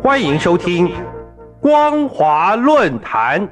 欢迎收听光华论坛。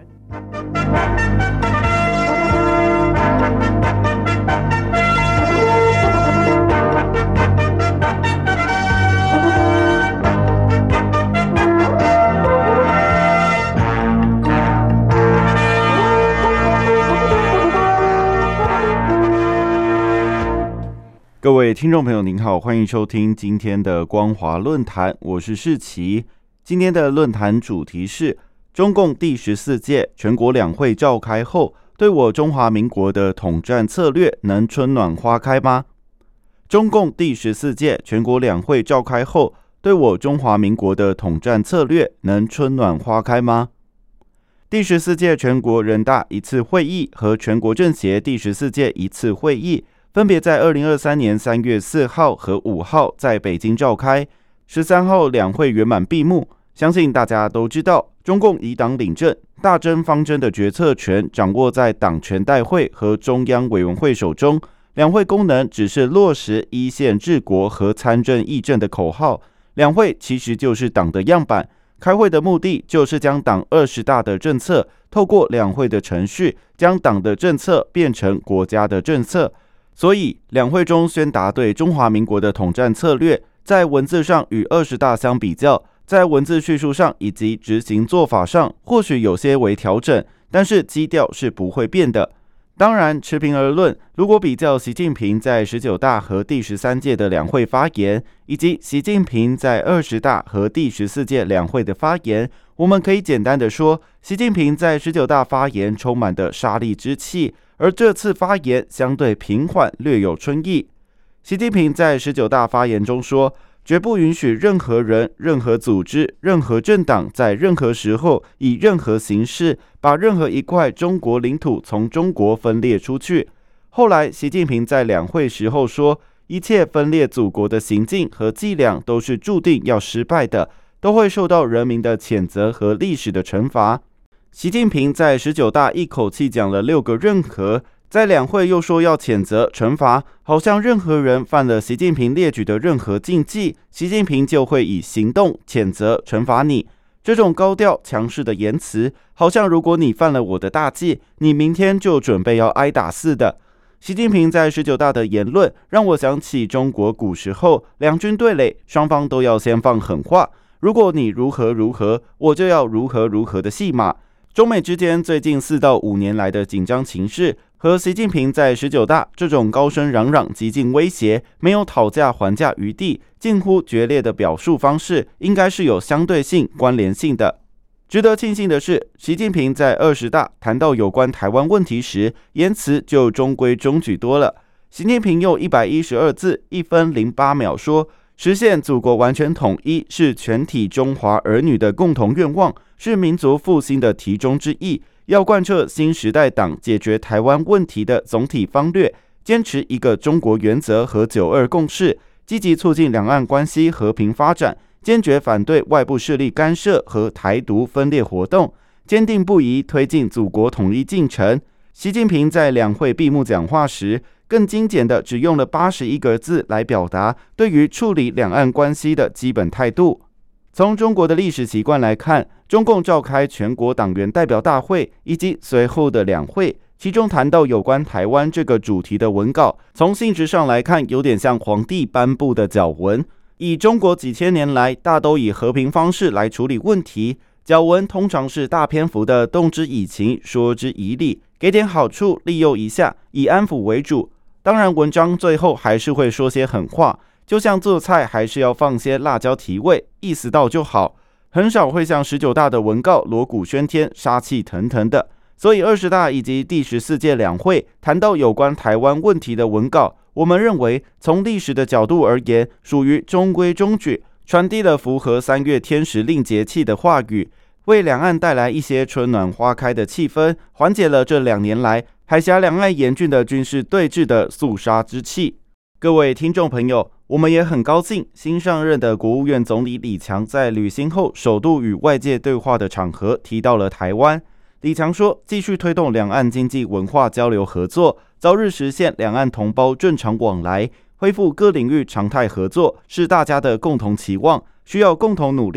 各位听众朋友您好，欢迎收听今天的光华论坛，我是世奇。今天的论坛主题是中共第14届全国两会召开后，对我中华民国的统战策略能春暖花开吗？中共第14届全国两会召开后，对我中华民国的统战策略能春暖花开吗？第14届全国人大一次会议和全国政协第14届一次会议分别在2023年3月4号和5号在北京召开，13号两会圆满闭幕。相信大家都知道，中共以党领政，大政方针的决策权掌握在党全代会和中央委员会手中，两会功能只是落实依宪治国和参政议政的口号。两会其实就是党的样板，开会的目的就是将党20大的政策透过两会的程序，将党的政策变成国家的政策。所以，两会中宣达对中华民国的统战策略，在文字上与20大相比较，在文字叙述上以及执行做法上，或许有些微调整，但是基调是不会变的。当然，持平而论，如果比较习近平在19大和第13届的两会发言，以及习近平在20大和第14届两会的发言，我们可以简单的说，习近平在19大发言充满的杀力之气，而这次发言相对平缓，略有春意。习近平在19大发言中说，绝不允许任何人、任何组织、任何政党在任何时候以任何形式把任何一块中国领土从中国分裂出去。后来，习近平在两会时候说，一切分裂祖国的行径和伎俩都是注定要失败的，都会受到人民的谴责和历史的惩罚。习近平在19大一口气讲了6个任何，在两会又说要谴责惩罚，好像任何人犯了习近平列举的任何禁忌，习近平就会以行动谴责惩罚你。这种高调强势的言辞，好像如果你犯了我的大忌，你明天就准备要挨打似的。习近平在19大的言论让我想起中国古时候两军对垒，双方都要先放狠话，如果你如何如何，我就要如何如何的戏码。中美之间最近4到5年来的紧张情势，和习近平在19大这种高声嚷嚷、极尽威胁、没有讨价还价余地、近乎决裂的表述方式，应该是有相对性、关联性的。值得庆幸的是，习近平在20大谈到有关台湾问题时，言辞就中规中矩多了。习近平用112字1分08秒说，实现祖国完全统一是全体中华儿女的共同愿望，是民族复兴的题中之义。要贯彻新时代党解决台湾问题的总体方略，坚持一个中国原则和9·2共识，积极促进两岸关系和平发展，坚决反对外部势力干涉和台独分裂活动，坚定不移推进祖国统一进程。习近平在两会闭幕讲话时，更精简的只用了81个字来表达对于处理两岸关系的基本态度。从中国的历史习惯来看，中共召开全国党员代表大会以及随后的两会，其中谈到有关台湾这个主题的文稿，从性质上来看，有点像皇帝颁布的角文。以中国几千年来大都以和平方式来处理问题，角文通常是大篇幅的动之以情，说之以理，给点好处，利诱一下，以安抚为主。当然，文章最后还是会说些狠话，就像做菜还是要放些辣椒提味，意思到就好，很少会像19大的文告锣鼓喧天、杀气腾腾的。所以20大以及第14届两会谈到有关台湾问题的文告，我们认为从历史的角度而言，属于中规中矩，传递了符合3月天时令节气的话语，为两岸带来一些春暖花开的气氛，缓解了这2年来海峡两岸严峻的军事对峙的肃杀之气。各位听众朋友，我们也很高兴，新上任的国务院总理李强在履新后首度与外界对话的场合提到了台湾。李强说，继续推动两岸经济文化交流合作，早日实现两岸同胞正常往来，恢复各领域常态合作，是大家的共同期望，需要共同努力。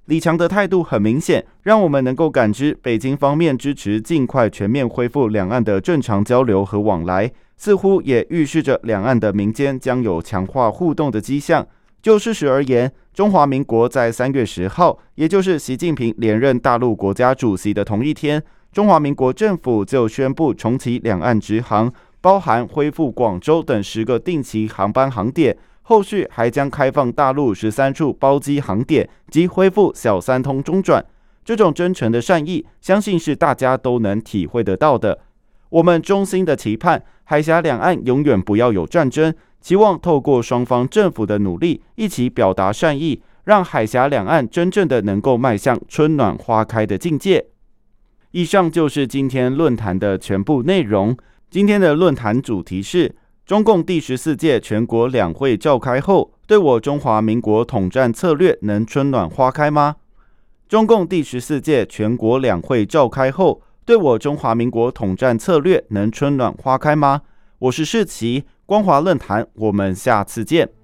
李强的态度很明显，让我们能够感知北京方面支持尽快全面恢复两岸的正常交流和往来，似乎也预示着两岸的民间将有强化互动的迹象。就事实而言，中华民国在3月10号，也就是习近平连任大陆国家主席的同一天，中华民国政府就宣布重启两岸直航，包含恢复广州等10个定期航班航点，后续还将开放大陆13处包机航点及恢复小三通中转。这种真诚的善意，相信是大家都能体会得到的。我们衷心的期盼海峡两岸永远不要有战争，期望透过双方政府的努力，一起表达善意，让海峡两岸真正的能够迈向春暖花开的境界。以上就是今天论坛的全部内容。今天的论坛主题是中共第14届全国两会召开后，对我中华民国统战策略能春暖花开吗？中共第14届全国两会召开后，对我中华民国统战策略能春暖花开吗？我是世奇，光华论坛，我们下次见。